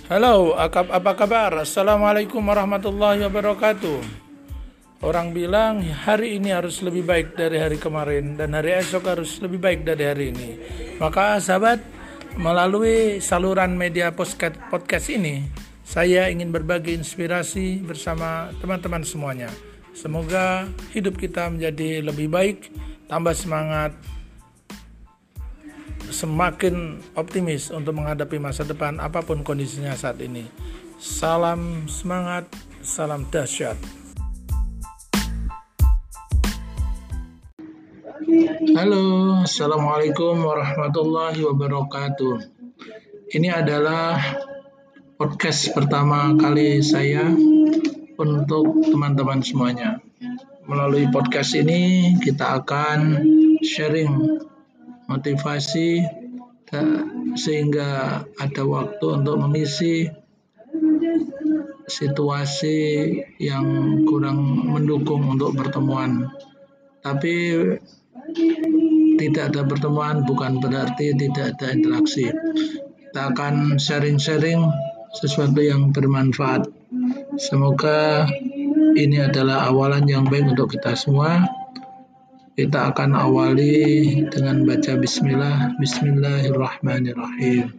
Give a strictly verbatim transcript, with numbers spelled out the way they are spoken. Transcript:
Halo, akap- apa kabar? Assalamualaikum warahmatullahi wabarakatuh. Orang bilang hari ini harus lebih baik dari hari kemarin dan hari esok harus lebih baik dari hari ini. Maka sahabat, melalui saluran media podcast, podcast ini, saya ingin berbagi inspirasi bersama teman-teman semuanya. Semoga hidup kita menjadi lebih baik, tambah semangat, semakin optimis untuk menghadapi masa depan apapun kondisinya saat ini. Salam semangat, salam dahsyat. Halo, assalamualaikum warahmatullahi wabarakatuh. Ini adalah podcast pertama kali saya untuk teman-teman semuanya. Melalui podcast ini kita akan sharing motivasi sehingga ada waktu untuk mengisi situasi yang kurang mendukung untuk pertemuan. Tapi tidak ada pertemuan bukan berarti tidak ada interaksi. Kita akan sharing-sharing sesuatu yang bermanfaat. Semoga ini adalah awalan yang baik untuk kita semua. Kita akan awali dengan baca bismillah, bismillahirrahmanirrahim.